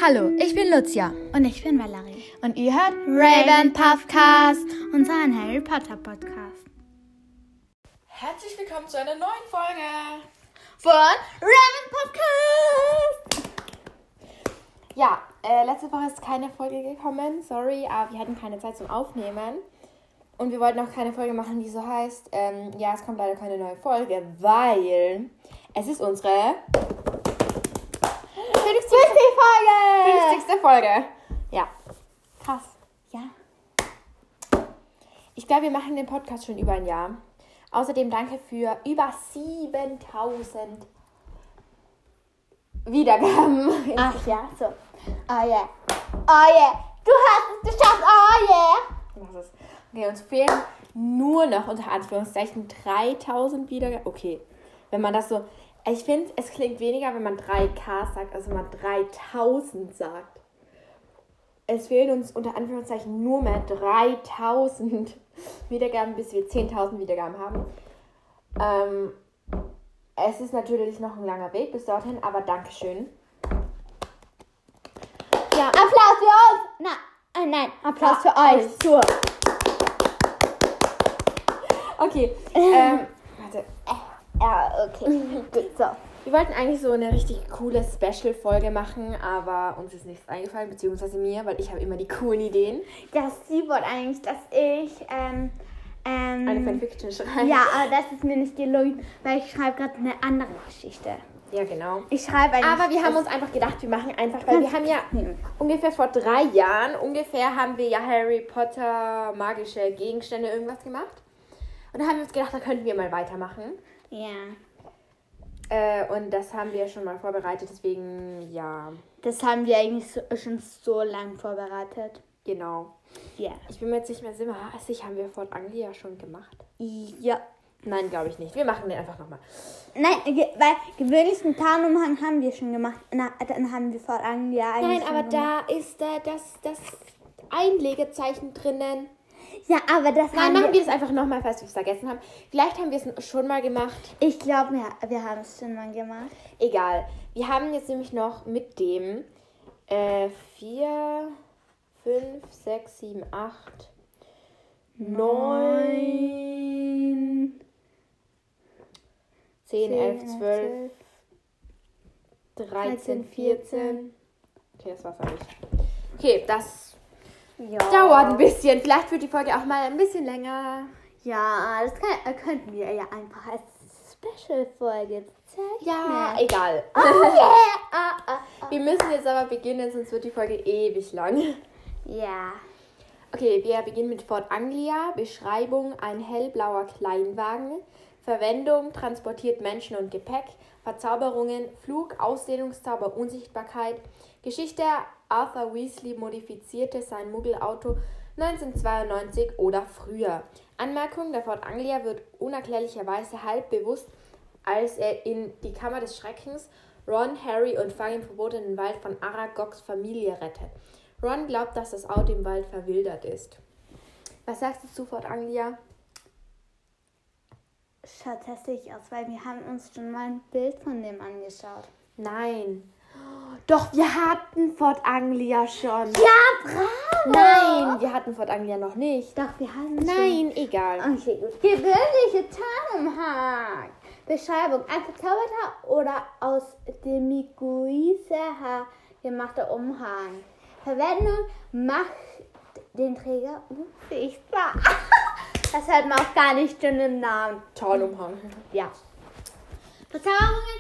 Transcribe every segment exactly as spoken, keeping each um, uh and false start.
Hallo, ich bin Lucia. Und ich bin Valerie. Und ihr hört Raven Puffcast, unseren Harry Potter Podcast. Herzlich willkommen zu einer neuen Folge von Raven Puffcast. Ja, äh, letzte Woche ist keine Folge gekommen, sorry, aber wir hatten keine Zeit zum Aufnehmen. Und wir wollten auch keine Folge machen, die so heißt, ähm, ja, es kommt leider keine neue Folge, weil es ist unsere fünfzigste Folge. fünfzigste Folge. Ja, krass. Ja. Ich glaube, wir machen den Podcast schon über ein Jahr. Außerdem danke für über siebentausend Wiedergaben. Ach ja, so. Oh yeah. Oh yeah. Du hast es geschafft. Oh yeah. Was ist? Okay, uns fehlen nur noch unter Anführungszeichen dreitausend Wiedergaben. Okay, wenn man das so... Ich finde, es klingt weniger, wenn man drei K sagt, als wenn man dreitausend sagt. Es fehlen uns unter Anführungszeichen nur mehr dreitausend Wiedergaben, bis wir zehntausend Wiedergaben haben. Ähm, es ist natürlich noch ein langer Weg bis dorthin, aber Dankeschön. Ja. Applaus für uns! Na, oh nein, Applaus ja, für euch. Zur. Okay, ähm, warte. Ja, okay. Gut, so. Wir wollten eigentlich so eine richtig coole Special-Folge machen, aber uns ist nichts eingefallen, beziehungsweise mir, weil ich habe immer die coolen Ideen. Ja, sie wollte eigentlich, dass ich ähm, ähm, eine Fanfiction schreibe. Ja, aber das ist mir nicht gelungen, weil ich schreibe gerade eine andere Geschichte. Ja, genau. Ich schreibe eigentlich... Aber wir haben uns einfach gedacht, wir machen einfach, weil wir haben ja ungefähr vor drei Jahren, ungefähr haben wir ja Harry Potter magische Gegenstände irgendwas gemacht. Und da haben wir uns gedacht, da könnten wir mal weitermachen. Ja. Äh, und das haben wir schon mal vorbereitet, deswegen, ja. Das haben wir eigentlich so, schon so lang vorbereitet. Genau. Ja. Ich bin mir jetzt nicht mehr sicher, haben wir Fort Anglia schon gemacht? Ja. Nein, glaube ich nicht. Wir machen den einfach nochmal. Nein, ge- weil gewöhnlichen Tarnumhang haben wir schon gemacht. Na, dann haben wir Fort Anglia eigentlich Nein, aber schon da ist da das, das Einlegezeichen drinnen. Ja, aber das Nein, haben machen wir... wir das einfach nochmal, falls wir es vergessen haben. Vielleicht haben wir es schon mal gemacht. Ich glaube, wir, wir haben es schon mal gemacht. Egal. Wir haben jetzt nämlich noch mit dem äh, vier, fünf, sechs, sieben, acht, neun, zehn, elf, zwölf, dreizehn, vierzehn. Okay, das war's eigentlich. Okay, das Ja. dauert ein bisschen. Vielleicht wird die Folge auch mal ein bisschen länger. Ja, das kann, könnten wir ja einfach als Special-Folge zeigen. Ja, egal. Oh yeah. ah, ah, ah. Wir müssen jetzt aber beginnen, sonst wird die Folge ewig lang. Ja. Okay, wir beginnen mit Fort Anglia. Beschreibung: ein hellblauer Kleinwagen. Verwendung: transportiert Menschen und Gepäck. Verzauberungen: Flug, Ausdehnungszauber, Unsichtbarkeit. Geschichte: Arthur Weasley modifizierte sein Muggelauto neunzehnhundertzweiundneunzig oder früher. Anmerkung: Der Fort Anglia wird unerklärlicherweise halb bewusst, als er in die Kammer des Schreckens Ron, Harry und Fang im verbotenen Wald von Aragogs Familie rettet. Ron glaubt, dass das Auto im Wald verwildert ist. Was sagst du zu Fort Anglia? Schaut hässlich aus, weil wir haben uns schon mal ein Bild von dem angeschaut. Nein. Doch, wir hatten Fort Anglia schon. Ja, bravo! Nein, wir hatten Fort Anglia noch nicht. Doch, wir haben es Nein, egal. schon. Okay, gut. Gewöhnliche Tarnumhang. Beschreibung: ein verzauberter oder aus dem Miguise-Haar gemachter Umhang. Verwendung: macht den Träger unsichtbar. Das hört man auch gar nicht schon im Namen. Tarnumhang. Ja. Verzauberungen: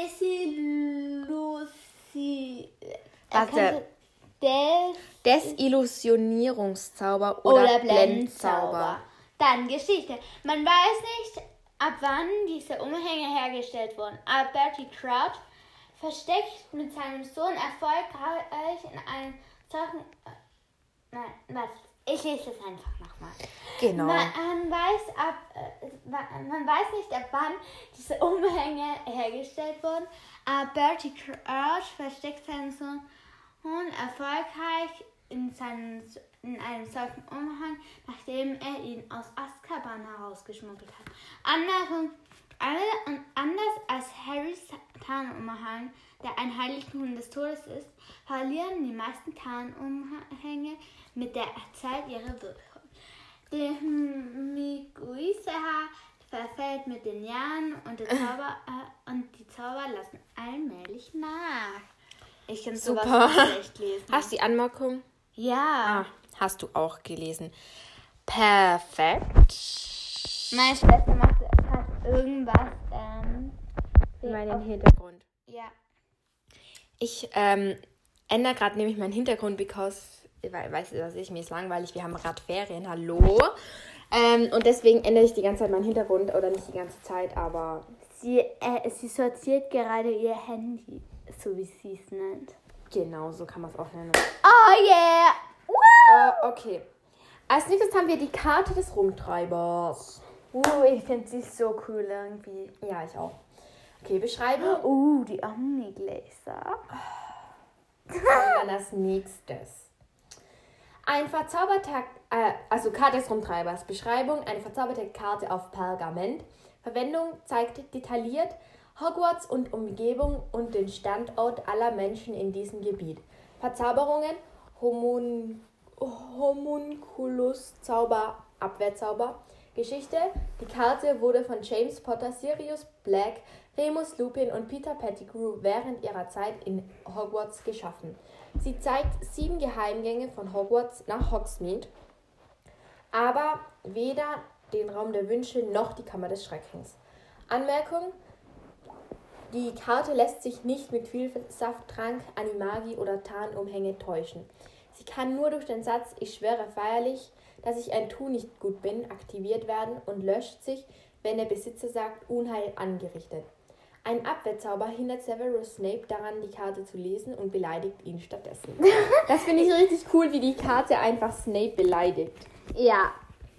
Desillusi... Warte. Des Desillusionierungszauber oder, oder Blendzauber. Blendzauber. Dann Geschichte. Man weiß nicht, ab wann diese Umhänge hergestellt wurden. Aber Bertie Crouch versteckt mit seinem Sohn erfolgreich in einem solchen... Nein, warte. Ich lese es einfach nochmal. Genau. Man, man, weiß ab, äh, man weiß nicht, ab wann diese Umhänge hergestellt wurden. Aber Bertie Crouch versteckt seinen Sohn erfolgreich in, seinen, in einem solchen Umhang, nachdem er ihn aus Azkaban herausgeschmuggelt hat. Anmerkung: Alle, und anders als Harrys Tarnumhang, der ein Heiligtum des Todes ist, verlieren die meisten Tarnumhänge mit der Zeit ihre Wirkung. Die Miguiseha verfällt mit den Jahren und, die Zauber, äh, und die Zauber lassen allmählich nach. Ich kann sowas Super. nicht schlecht lesen. Hast du die Anmerkung? Ja. Ah, hast du auch gelesen. Perfekt. Meine Schwester macht hat irgendwas. Ähm, Meinen Hintergrund. ja. Ich ähm, ändere gerade nämlich meinen Hintergrund, because, weil, weißt du, was ich, mir ist langweilig, wir haben gerade Ferien, hallo. Ähm, und deswegen ändere ich die ganze Zeit meinen Hintergrund, oder nicht die ganze Zeit, aber... Sie, äh, sie sortiert gerade ihr Handy, so wie sie es nennt. Genau, so kann man es auch nennen. Oh yeah! Äh, okay. Als nächstes haben wir die Karte des Rumtreibers. Uh, ich finde sie so cool irgendwie. Ja, ich auch. Okay, beschreibe. Uh, die Omnigläser. Und dann als nächstes. Ein verzauberter, äh, also Karte des Rumtreibers. Beschreibung, eine verzauberte Karte auf Pergament. Verwendung zeigt detailliert Hogwarts und Umgebung und den Standort aller Menschen in diesem Gebiet. Verzauberungen, Homun, Homunculus, Zauber, Abwehrzauber. Geschichte, die Karte wurde von James Potter, Sirius Black, Remus Lupin und Peter Pettigrew während ihrer Zeit in Hogwarts geschaffen. Sie zeigt sieben Geheimgänge von Hogwarts nach Hogsmeade, aber weder den Raum der Wünsche noch die Kammer des Schreckens. Anmerkung: Die Karte lässt sich nicht mit Vielsafttrank, Animagi oder Tarnumhänge täuschen. Sie kann nur durch den Satz "Ich schwöre feierlich, dass ich ein Tu nicht gut bin" aktiviert werden und löscht sich, wenn der Besitzer sagt "Unheil angerichtet". Ein Abwehrzauber hindert Severus Snape daran, die Karte zu lesen und beleidigt ihn stattdessen. Das finde ich richtig cool, wie die Karte einfach Snape beleidigt. Ja.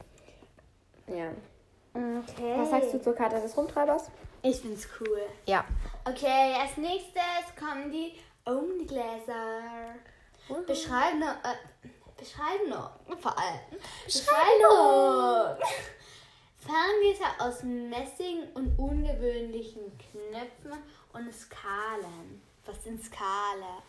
Ja. Okay. Was sagst du zur Karte des Rumtreibers? Ich find's cool. Ja. Okay, als nächstes kommen die Omnigläser. Mhm. Beschreibung. Äh, Beschreibung. Vor allem. Beschreibung. Ferngläser aus Messing und ungewöhnlichen Knöpfen und Skalen. Was sind Skalen?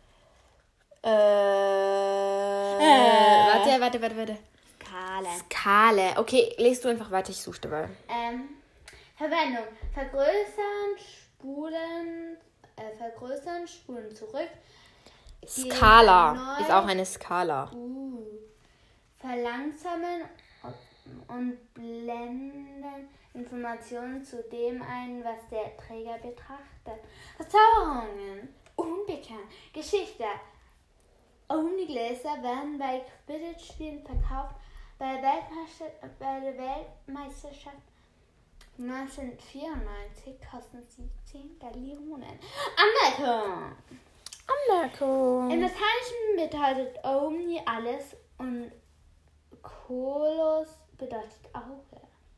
Äh, Äh. Warte, warte, warte, warte. Skalen. Skale. Okay, lest du einfach weiter, ich suche dabei. Ähm, Verwendung. Vergrößern, spulen, äh, vergrößern, spulen zurück. Skala Erneut- ist auch eine Skala. Uh, verlangsamen und blenden Informationen zu dem ein, was der Träger betrachtet. Verzauberungen. Unbekannt. Geschichte. Omnigläser werden bei Quidditch-Spielen verkauft. Bei der, Weltmeister bei der Weltmeisterschaft neunzehnhundertvierundneunzig kosten sie zehn Gallionen. Anmerkung. Anmerkung. Im Lateinischen bedeutet Omni alles und Kolos bedeutet Auge.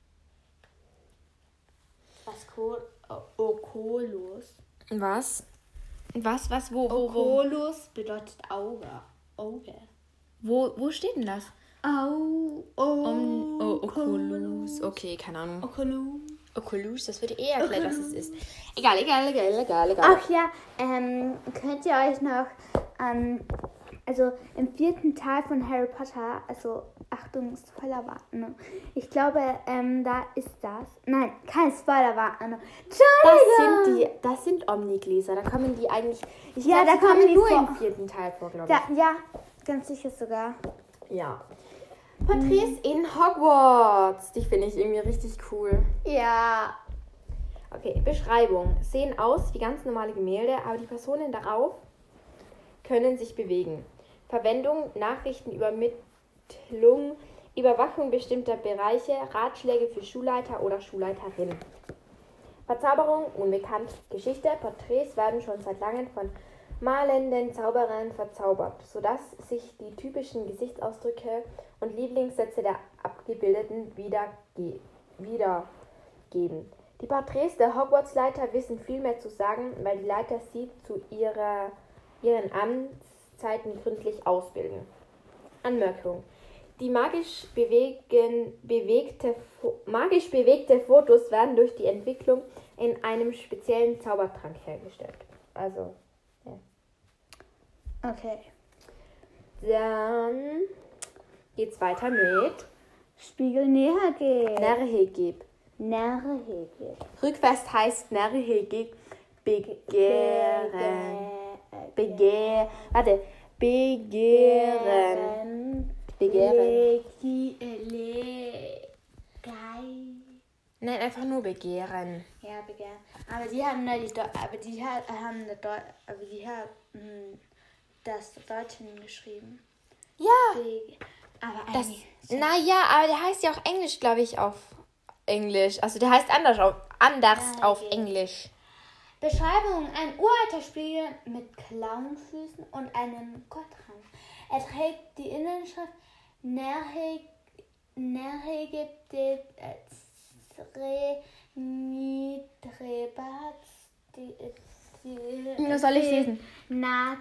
Was Kol o- Okolos? Was? Was, was, wo, wo, wo? Okolos bedeutet Auge. Auge. Wo, wo steht denn das? Au, Um, oh, Oculus. Okay, keine Ahnung. Oculus. Oculus, das wird eh erklärt, was es ist. Egal, egal, egal, egal, egal. Ach ja, ähm, könnt ihr euch noch, ähm, also im vierten Teil von Harry Potter, also Achtung, Spoilerwarnung. Ich glaube, ähm, da ist das. Nein, kein Spoilerwarnung. Das Entschuldigung. sind die, das sind Omnigläser. Da kommen die eigentlich. Ich Ja, glaub, da sie kommen die nur vor. im vierten Teil vor, glaube ich. Da, ja, ganz sicher sogar. Ja. Porträts in Hogwarts. Die finde ich irgendwie richtig cool. Ja. Okay, Beschreibung. Sehen aus wie ganz normale Gemälde, aber die Personen darauf können sich bewegen. Verwendung, Nachrichtenübermittlung, Überwachung bestimmter Bereiche, Ratschläge für Schulleiter oder Schulleiterin. Verzauberung, unbekannt. Geschichte, Porträts werden schon seit langem von malenden Zauberern verzaubert, sodass sich die typischen Gesichtsausdrücke und Lieblingssätze der Abgebildeten wiederge- wiedergeben. Die Porträts der Hogwarts-Leiter wissen viel mehr zu sagen, weil die Leiter sie zu ihrer, ihren Amtszeiten gründlich ausbilden. Anmerkung: Die magisch, bewegen, bewegte, magisch bewegte Fotos werden durch die Entwicklung in einem speziellen Zaubertrank hergestellt. Also, ja. Okay. Dann geht's weiter mit Spiegel näher geht. Nerhegib. Nerhegib. Rückwärts heißt Nerhegib begehren. Begehren. Warte. Begehren. Begehren. Nein, einfach nur begehren. Ja, begehren. Aber die haben da die, Do- aber die ha- haben eine Deu- aber die haben hm, das Deutsch hingeschrieben. Ja. Be- aber Das, eigentlich. naja, aber der heißt ja auch Englisch, glaube ich, auf Englisch. Also der heißt anders auf, anders Ja, auf okay. Englisch. Beschreibung: Ein uralter Spiegel mit Klauenfüßen und einem Gottrand. Er trägt die Innenschrift Nerhegib de Tre Nitrebat. Was soll ich lesen? Na,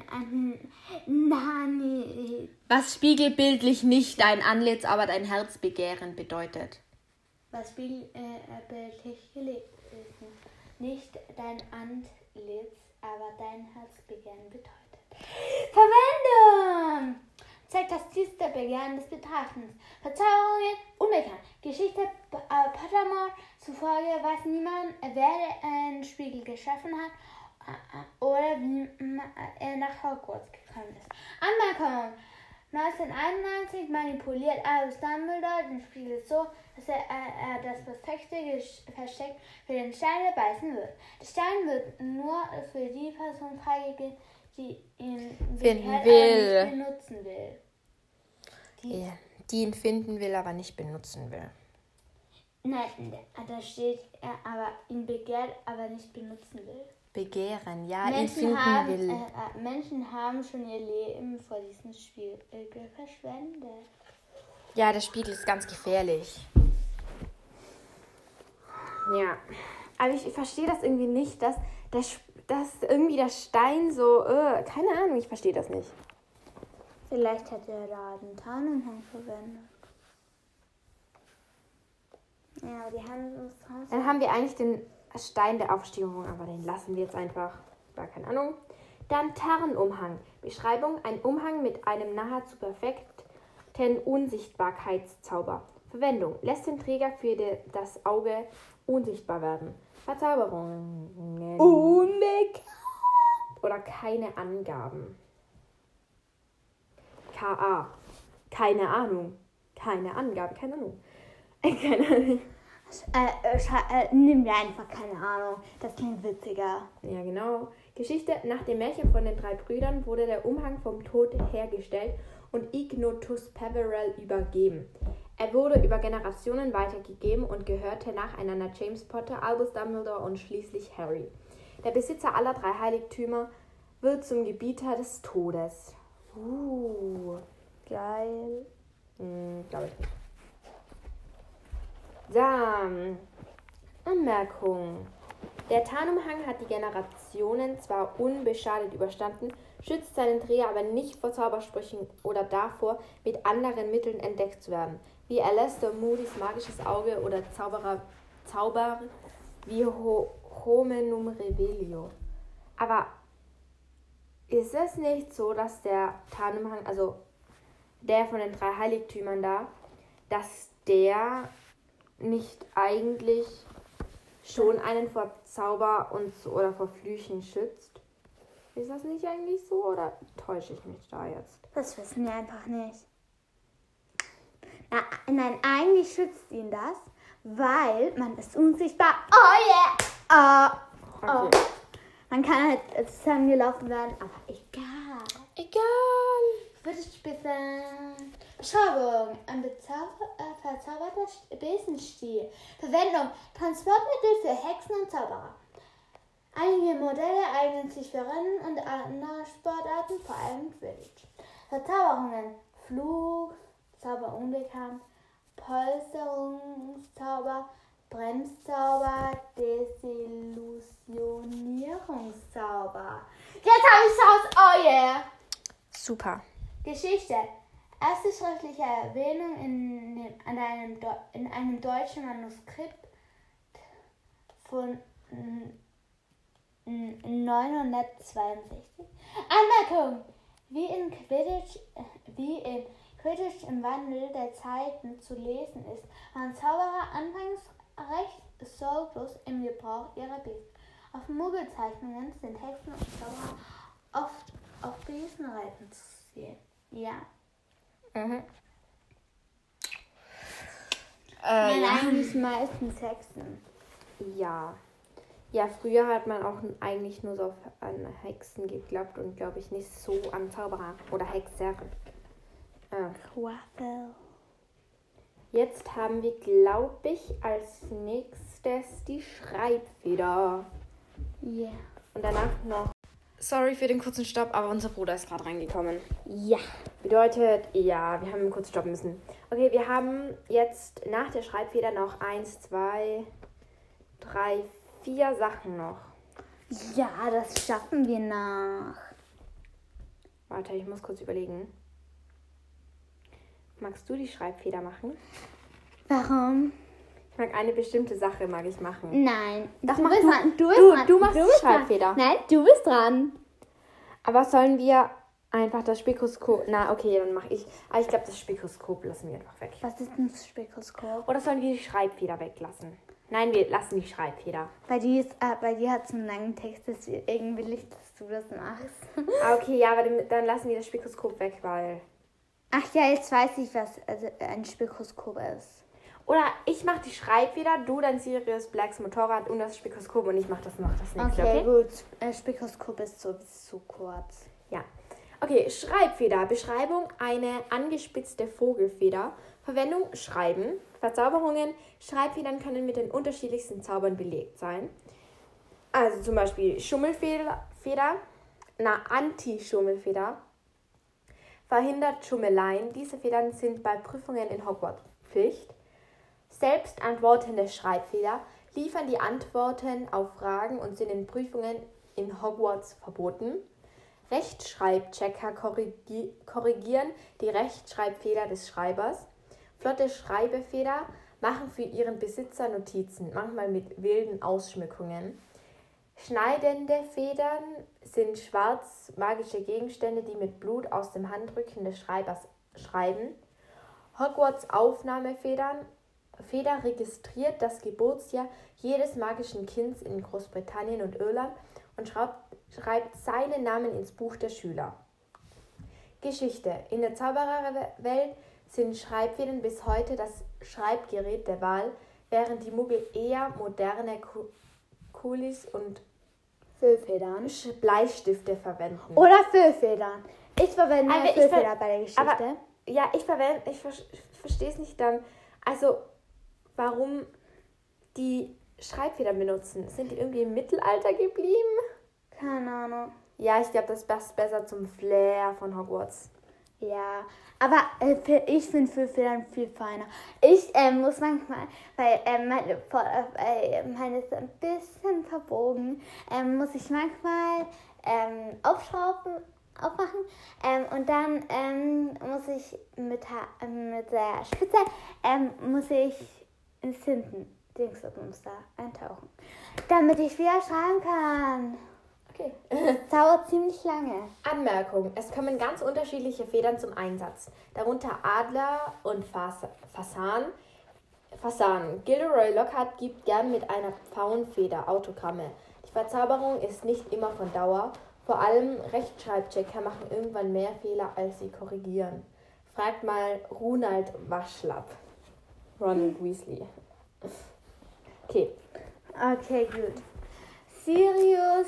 Nani. Was spiegelbildlich nicht dein Antlitz, aber dein Herz begehren bedeutet. Was bildlich gelegt ist. Nicht dein Antlitz, aber dein Herzbegehren bedeutet. Verwendung! Zeigt das tiefste Begehren des Betrachtens. Verzauberungen unbekannt. Geschichte äh, Pottermore zufolge weiß niemand, wer den Spiegel geschaffen hat äh, oder wie er nach Hogwarts gekommen ist. Anmerkung: neunzehnhunderteinundneunzig manipuliert Albus Dumbledore den Spiegel so, dass er, äh, er das perfekte Gesch- Versteck für den Stein beißen wird. Der Stein wird nur für die Person freigegeben, die ihn Finden begehrt, will. aber nicht benutzen will. Die, Ja, die ihn finden will, aber nicht benutzen will. Nein, da steht, er aber ihn begehrt, aber nicht benutzen will. Begehren, ja, ihn Menschen finden haben, will. äh, äh, Menschen haben schon ihr Leben vor diesem Spiegel verschwendet. Ja, der Spiegel ist ganz gefährlich. Ja, aber ich, ich verstehe das irgendwie nicht, dass, der, Sch- dass irgendwie der Stein so, äh, keine Ahnung, ich verstehe das nicht. Vielleicht hat er da den Tarnumhang verwendet. Ja, aber die haben uns raus. Dann haben wir eigentlich den Stein der Aufstehung, aber den lassen wir jetzt einfach. War keine Ahnung. Dann Tarnumhang. Beschreibung: Ein Umhang mit einem nahezu perfekten Unsichtbarkeitszauber. Verwendung: Lässt den Träger für die, das Auge unsichtbar werden. Verzauberungen. Unbekannt. Oder keine Angaben. K A. Keine Ahnung. Keine Angabe. Keine Ahnung. Keine Ahnung. Äh, scha- äh, nimm dir einfach keine Ahnung. Das klingt witziger. Ja, genau. Geschichte: Nach dem Märchen von den drei Brüdern wurde der Umhang vom Tod hergestellt und Ignotus Peverell übergeben. Er wurde über Generationen weitergegeben und gehörte nacheinander James Potter, Albus Dumbledore und schließlich Harry. Der Besitzer aller drei Heiligtümer wird zum Gebieter des Todes. Uh, Geil. hm, glaube ich nicht. Dann, Anmerkung. Der Tarnumhang hat die Generationen zwar unbeschadet überstanden, schützt seinen Träger aber nicht vor Zaubersprüchen oder davor, mit anderen Mitteln entdeckt zu werden, wie Aleister Moody's magisches Auge oder Zauberer, Zauber wie Ho- Homenum Revelio. Aber ist es nicht so, dass der Tarnumhang, also der von den drei Heiligtümern da, dass der nicht eigentlich schon einen vor Zauber und so, oder vor Flüchen schützt? Ist das nicht eigentlich so oder täusche ich mich da jetzt? Das wissen wir einfach nicht. Na, nein, eigentlich schützt ihn das, weil man ist unsichtbar. Oh yeah! Oh, oh. Okay. Man kann halt zusammengelaufen werden, aber egal. Egal. Wird spitze. Beschreibung: Ein bezauber, äh, verzauberter Besenstiel. Verwendung: Transportmittel für Hexen und Zauberer. Einige Modelle eignen sich für Rennen und andere Sportarten, vor allem Quidditch. Verzauberungen: Flug, Zauber unbekannt, Polsterungszauber, Bremszauber, Desillusionierungszauber. Jetzt habe ich es raus. Oh yeah. Super. Geschichte. Erste schriftliche Erwähnung in, dem, an einem, in einem deutschen Manuskript von neunzehnhundertzweiundsechzig. Anmerkung! Wie in Quidditch, wie in Quidditch im Wandel der Zeiten zu lesen ist, waren Zauberer anfangs recht sorglos im Gebrauch ihrer Besen. Auf Muggelzeichnungen sind Hexen und Zauberer oft auf Besenreiten zu sehen. Ja. Mhm. Äh, Äh, ja. eigentlich meistens Hexen. ja. Ja, früher hat man auch eigentlich nur so an Hexen geglaubt und glaube ich nicht so an Zauberer oder Hexer. Äh. Quaffel. Jetzt haben wir, glaube ich, als nächstes die Schreibfeder. Ja. Yeah. Und danach noch... Sorry für den kurzen Stopp, aber unser Bruder ist gerade reingekommen. Ja. Bedeutet, ja, wir haben einen kurzen Stopp müssen. Okay, wir haben jetzt nach der Schreibfeder noch eins, zwei, drei, vier Sachen noch. Ja, das schaffen wir noch. Warte, ich muss kurz überlegen. Magst du die Schreibfeder machen? Warum? Ich mag eine bestimmte Sache, mag ich machen. Nein. Doch, du mach bist du. dran. Du, bist Du- dran. du machst die bist Schreibfeder. Dran. Nein, du bist dran. Aber sollen wir einfach das Spikoskop... Na, okay, dann mache ich... Aber ich glaube, das Spikoskop lassen wir einfach weg. Was ist ein Spikoskop? Oder sollen wir die Schreibfeder weglassen? Nein, wir lassen die Schreibfeder. Bei dir, ist, äh, bei dir hat es einen langen Text, deswegen will ich, dass du das machst. Ah, okay, ja, aber dann, dann lassen wir das Spikoskop weg, weil... Ach ja, jetzt weiß ich, was also ein Spikoskop ist. Oder ich mache die Schreibfeder, du dann Sirius Blacks Motorrad und das Spikoskop und ich mache das noch das nächste, Okay, okay? gut. Äh, Spikoskop ist sowieso kurz. Ja. Okay, Schreibfeder. Beschreibung: eine angespitzte Vogelfeder. Verwendung: Schreiben. Verzauberungen: Schreibfedern können mit den unterschiedlichsten Zaubern belegt sein. Also zum Beispiel Schummelfeder, Feder, na Anti-Schummelfeder. Verhindert Schummeleien. Diese Federn sind bei Prüfungen in Hogwarts Pflicht. Selbstantwortende Schreibfeder liefern die Antworten auf Fragen und sind in Prüfungen in Hogwarts verboten. Rechtschreibchecker korrigi- korrigieren die Rechtschreibfehler des Schreibers. Flotte Schreibfeder machen für ihren Besitzer Notizen, manchmal mit wilden Ausschmückungen. Schneidende Federn sind schwarz magische Gegenstände, die mit Blut aus dem Handrücken des Schreibers schreiben. Hogwarts Aufnahmefedern. Feder registriert das Geburtsjahr jedes magischen Kindes in Großbritannien und Irland und schreibt, schreibt seinen Namen ins Buch der Schüler. Geschichte. In der Zaubererwelt sind Schreibfedern bis heute das Schreibgerät der Wahl, während die Muggel eher moderne Ku- Kulis und Füllfedern. Sch- Bleistifte verwenden. Oder Füllfedern. Ich verwende Aber ich Füllfeder ver- bei der Geschichte. aber- Ja, ich verwende, ich ver- verstehe es nicht dann. Also, warum die Schreibfedern benutzen? Sind die irgendwie im Mittelalter geblieben? Keine Ahnung. Ja, ich glaube, das passt besser zum Flair von Hogwarts. Ja, aber äh, für- ich finde Füllfedern viel feiner. Ich ähm, muss manchmal, weil ähm, meine, vor- äh, äh, meine ist ein bisschen verbogen, ähm, muss ich manchmal ähm, aufschrauben, aufmachen ähm, und dann ähm, muss ich mit, ha- äh, mit der Spitze ähm, muss ich ins hinten Dingsbums da eintauchen, damit ich wieder schreiben kann. Okay. Das dauert ziemlich lange. Anmerkung: Es kommen ganz unterschiedliche Federn zum Einsatz, darunter Adler und Fas- Fasan. Fasan. Gilderoy Lockhart gibt gern mit einer Pfauenfeder Autogramme. Die Verzauberung ist nicht immer von Dauer. Vor allem Rechtschreibchecker machen irgendwann mehr Fehler, als sie korrigieren. Fragt mal Ronald Waschlapp. Ronald Weasley. Okay. Okay, gut. Sirius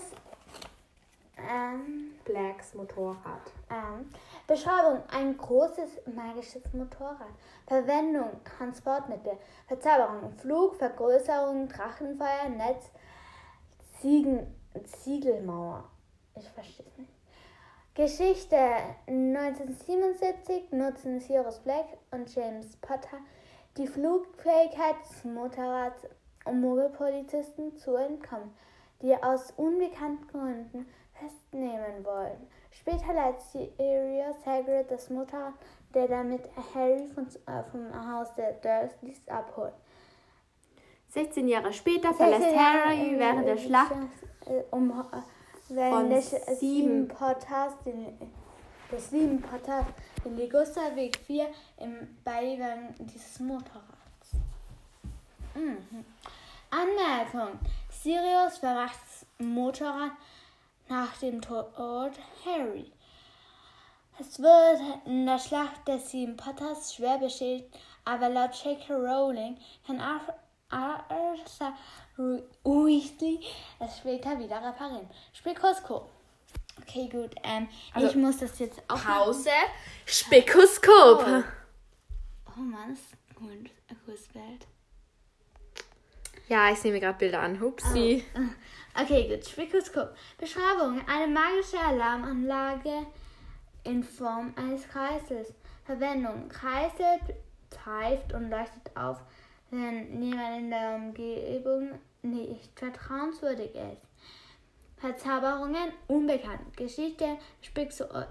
ähm, Blacks Motorrad. Ähm, Beschreibung: ein großes magisches Motorrad. Verwendung: Transportmittel. Verzauberung: Flug, Vergrößerung, Drachenfeuer, Netz, Ziegen, Ziegelmauer. Ich verstehe es nicht. Geschichte: neunzehnhundertsiebenundsiebzig nutzen Sirius Black und James Potter die Flugfähigkeit des Motorrads, um Muggelpolizisten zu entkommen, die aus unbekannten Gründen festnehmen wollten. Später leiht Sirius Hagrid das Motorrad, der damit Harry von, äh, vom Haus der Dursleys abholt. sechzehn Jahre später verlässt Harry während der Schlacht äh, um, äh, während des sieben Potters den, des sieben Potters den Ligusterweg vier im Beiwagen dieses Motorrads. Mhm. Anmerkung: Sirius vermacht das Motorrad nach dem Tod Harry. Es wird in der Schlacht des sieben Potters schwer beschädigt, aber laut J K Rowling kann Arthur Weasley es später wieder reparieren. Spikoskop. Okay, gut. Ähm, also, ich muss das jetzt auch Pause. Spikoskop. Oh. oh Mann, das ist ein cooles Bild. Ja, ich sehe mir gerade Bilder an. Hupsi. Oh. Okay, gut. Spikoskop. Beschreibung. Eine magische Alarmanlage in Form eines Kreisels. Verwendung. Kreisel pfeift und leuchtet auf, wenn niemand in der Umgebung nicht vertrauenswürdig ist. Verzauberungen unbekannt. Geschichte Spikoskop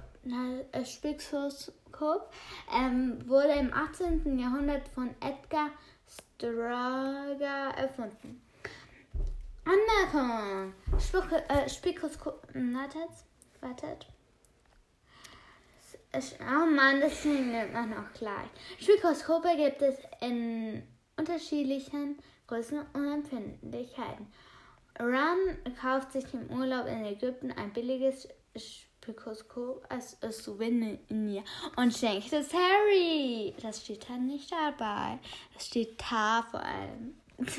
ähm, wurde im achtzehnten Jahrhundert von Edgar Strager erfunden. Anmerkung. Äh, Spikoskop. Wartet. Wartet. Oh Mann, das nimmt man noch gleich. Spikoskope gibt es in unterschiedlichen Größen und Empfindlichkeiten. Ron kauft sich im Urlaub in Ägypten ein billiges Spikoskop als Souvenir und schenkt es Harry. Das steht da nicht dabei. Das steht da vor allem.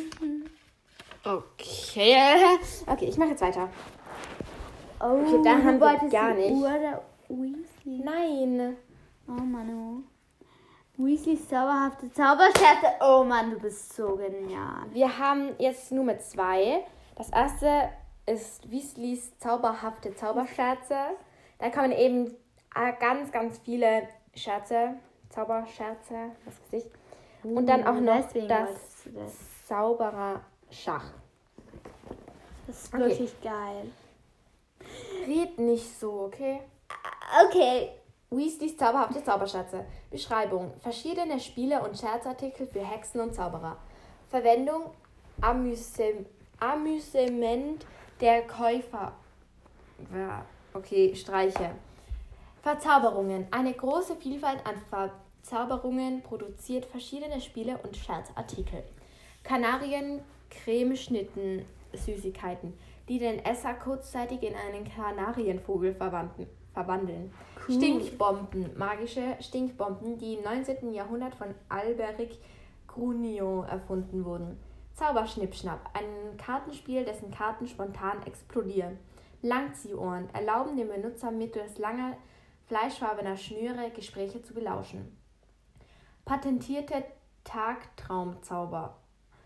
Okay. Okay, ich mache jetzt weiter. Oh, okay, da haben wir gar nicht. Uhr der Weasley. Nein. Oh Mann, oh. Weasleys zauberhafte Zauberscherze. Oh Mann, du bist so genial. Wir haben jetzt Nummer zwei. Das erste ist Weasleys zauberhafte Zauberscherze. Da kann man eben ganz, ganz viele Scherze, Zauberscherze, was weiß ich. Und dann auch noch das, das Zauberer-Schach. Das ist okay. wirklich geil. Red nicht so, okay? Okay. Weasleys zauberhafte Zauberscherze. Beschreibung: verschiedene Spiele und Scherzartikel für Hexen und Zauberer. Verwendung: Amüsem- Amüsement der Käufer. Ja, okay, Streiche. Verzauberungen. Eine große Vielfalt an Verzauberungen produziert verschiedene Spiele und Scherzartikel. Kanarien, Cremeschnitten, Süßigkeiten, die den Esser kurzzeitig in einen Kanarienvogel verwandeln. verwandeln. Cool. Stinkbomben, magische Stinkbomben, die im neunzehnten Jahrhundert von Alberic Grunio erfunden wurden. Zauberschnippschnapp, ein Kartenspiel, dessen Karten spontan explodieren. Langziehohren erlauben dem Benutzer mittels langer, fleischfarbener Schnüre Gespräche zu belauschen. Patentierte Tagtraumzauber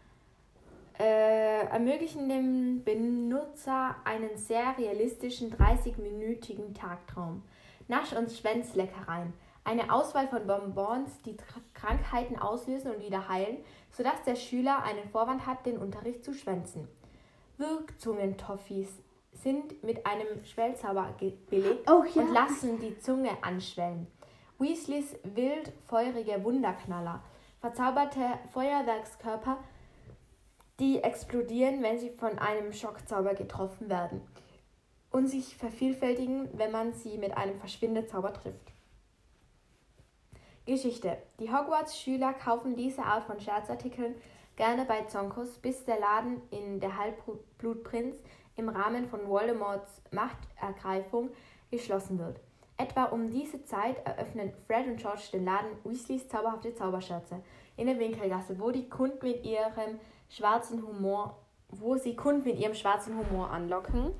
äh, ermöglichen dem Benutzer einen sehr realistischen dreißigminütigen Tagtraum. Nasch- und Schwänzleckereien. Eine Auswahl von Bonbons, die Tra- Krankheiten auslösen und wieder heilen, sodass der Schüler einen Vorwand hat, den Unterricht zu schwänzen. Wirkzungentoffees sind mit einem Schwellzauber ge- belegt oh, ja. und lassen die Zunge anschwellen. Weasleys wild feurige Wunderknaller. Verzauberte Feuerwerkskörper, die explodieren, wenn sie von einem Schockzauber getroffen werden und sich vervielfältigen, wenn man sie mit einem Verschwindezauber trifft. Geschichte. Die Hogwarts-Schüler kaufen diese Art von Scherzartikeln gerne bei Zonkos, bis der Laden in der Halbblutprinz im Rahmen von Voldemorts Machtergreifung geschlossen wird. Etwa um diese Zeit eröffnen Fred und George den Laden Weasleys zauberhafte Zauberscherze in der Winkelgasse, wo die Kunden mit ihrem schwarzen Humor, wo sie Kunden mit ihrem schwarzen Humor anlocken.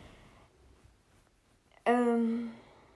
Ähm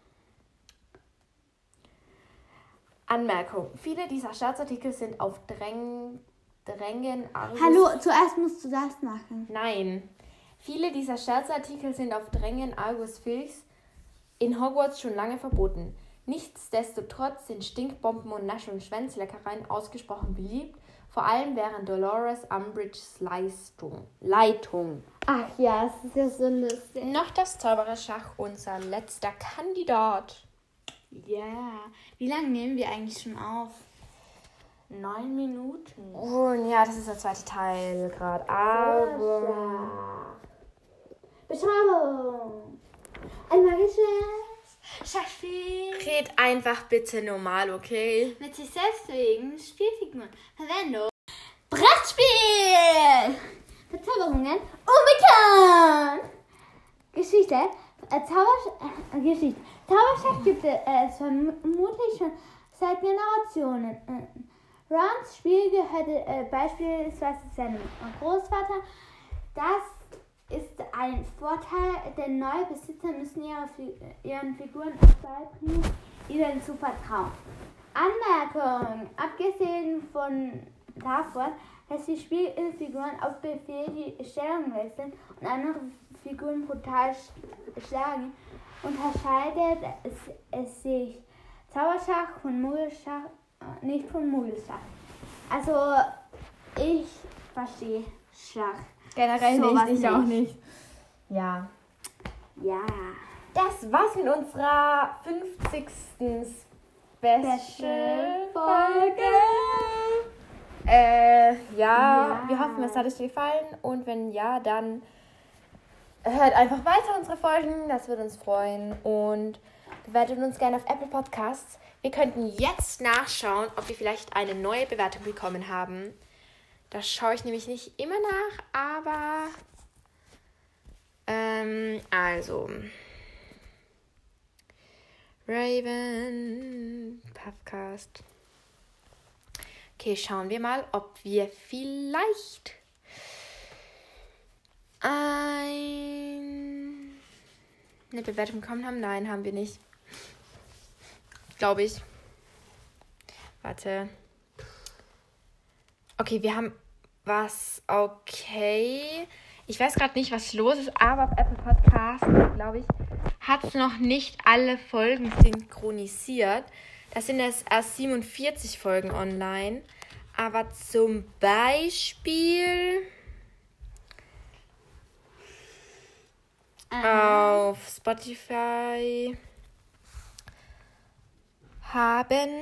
Anmerkung: Viele dieser Scherzartikel sind auf Dräng, Drängen Argus... Hallo, zuerst musst du das machen. Nein. Viele dieser Scherzartikel sind auf Drängen Argus Filchs in Hogwarts schon lange verboten. Nichtsdestotrotz sind Stinkbomben und Nasch- und Schwänzleckereien ausgesprochen beliebt, vor allem während Dolores Umbridges Leistung. Leitung. Ach ja, es ist ja so lustig. Noch das Zaubererschach, unser letzter Kandidat. Ja. Wie lange nehmen wir eigentlich schon auf? Neun Minuten. Oh, ja, das ist der zweite Teil gerade. Aber. Beschreibung. Ein magisches Schachspiel. Red einfach bitte normal, okay? Mit sich selbst bewegen, Spielfiguren. Verwendung. Brettspiel. Verzauberungen. Unbekannt. Geschichte. Äh, Zaubersch äh, Geschichte. Zauberschach gibt es vermutlich schon seit Generationen. Äh, Rons Spiel gehörte äh, beispielsweise seinem Großvater. Das ist ein Vorteil, denn neue Besitzer müssen ihre Fi ihren Figuren beibringen, ihnen zu vertrauen. Anmerkung: Abgesehen von davon, dass die Spielfiguren auf Befehl die Stellung wechseln und andere Figuren brutal schlagen, unterscheidet es, es sich Zauberschach von Muggelschach äh, nicht von Muggelschach. Also ich verstehe Schach. Generell Sowas nicht, ich nicht. auch nicht. Ja. Ja. Das war's mit unserer fünfzigsten Special-Folge. Äh, ja, Ja. wir hoffen, es hat euch gefallen. Und wenn ja, dann hört einfach weiter unsere Folgen. Das würde uns freuen. Und bewertet uns gerne auf Apple Podcasts. Wir könnten jetzt nachschauen, ob wir vielleicht eine neue Bewertung bekommen haben. Das schaue ich nämlich nicht immer nach, aber ähm, also Raven Podcast. Okay, schauen wir mal, ob wir vielleicht ein, eine Bewertung bekommen haben. Nein, haben wir nicht. Glaube ich. Warte. Okay, wir haben was. Okay. Ich weiß gerade nicht, was los ist, aber auf Apple Podcasts, glaube ich, hat es noch nicht alle Folgen synchronisiert. Das sind jetzt erst siebenundvierzig Folgen online. Aber zum Beispiel auf Spotify haben,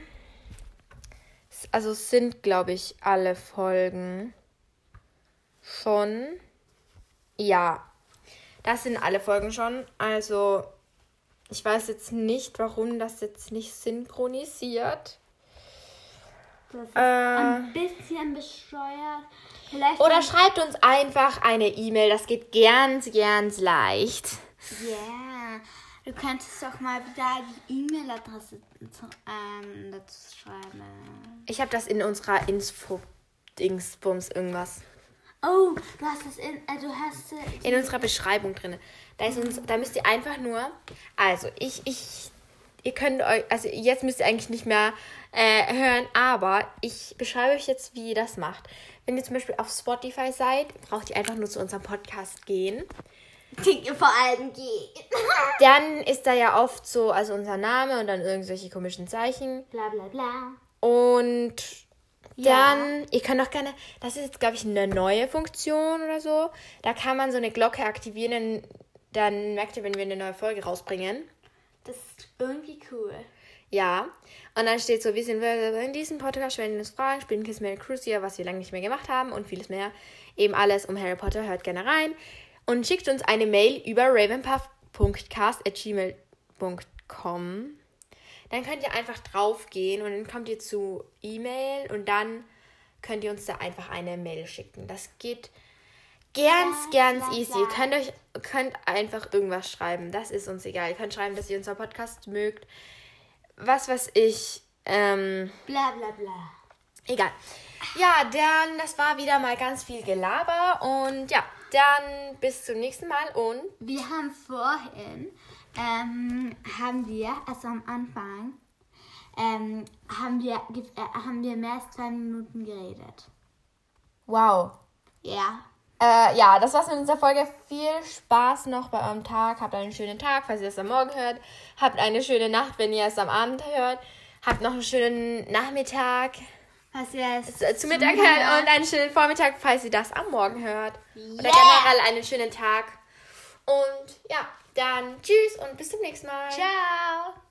also es sind, glaube ich, alle Folgen schon. Ja, das sind alle Folgen schon. Also ich weiß jetzt nicht, warum das jetzt nicht synchronisiert. Das ist Äh, ein bisschen bescheuert. Vielleicht Oder kann- schreibt uns einfach eine E-Mail. Das geht ganz, ganz leicht. Ja, du könntest doch mal wieder die E-Mail-Adresse zu- ähm, dazu schreiben. Ich habe das in unserer Info-Dingsbums irgendwas. Oh, du hast das in, äh, du hast äh, In unserer Beschreibung drin. Da, ist uns, da müsst ihr einfach nur, also ich, ich, ihr könnt euch, also jetzt müsst ihr eigentlich nicht mehr äh, hören, aber ich beschreibe euch jetzt, wie ihr das macht. Wenn ihr zum Beispiel auf Spotify seid, braucht ihr einfach nur zu unserem Podcast gehen. Dinge vor allem geht. Dann ist da ja oft so, also unser Name und dann irgendwelche komischen Zeichen. Bla bla bla. Und Ja. dann, ihr könnt auch gerne, das ist jetzt, glaube ich, eine neue Funktion oder so. Da kann man so eine Glocke aktivieren, dann, dann merkt ihr, wenn wir eine neue Folge rausbringen. Das ist irgendwie cool. Ja. Und dann steht so, wir sind in diesem Podcast, stellen uns Fragen, spielen Kiss Mary Crucial, was wir lange nicht mehr gemacht haben und vieles mehr. Eben alles um Harry Potter, hört gerne rein. Und schickt uns eine Mail über ravenpuff punkt cast at gmail punkt com. Dann könnt ihr einfach drauf gehen und dann kommt ihr zu E-Mail und dann könnt ihr uns da einfach eine Mail schicken. Das geht ganz, Ja, ganz ja, easy. ja. Ihr könnt euch könnt einfach irgendwas schreiben. Das ist uns egal. Ihr könnt schreiben, dass ihr unseren Podcast mögt. Was weiß ich. Ähm, Bla bla bla. egal. Ja, dann, das war wieder mal ganz viel Gelaber und ja, dann bis zum nächsten Mal und Wir haben vorhin, ähm, haben wir, also am Anfang, ähm, haben wir, ge- äh, haben wir mehr als zwei Minuten geredet. wow. Ja. Äh, ja, das war's mit unserer Folge. Viel Spaß noch bei eurem Tag. Habt einen schönen Tag, falls ihr es am Morgen hört. Habt eine schöne Nacht, wenn ihr es am Abend hört. Habt noch einen schönen Nachmittag. falls ihr es Zu, zu Mittag hört und einen schönen Vormittag, falls ihr das am Morgen hört. Oder Yeah. generell einen schönen Tag. Und ja, dann tschüss und bis zum nächsten Mal. Ciao.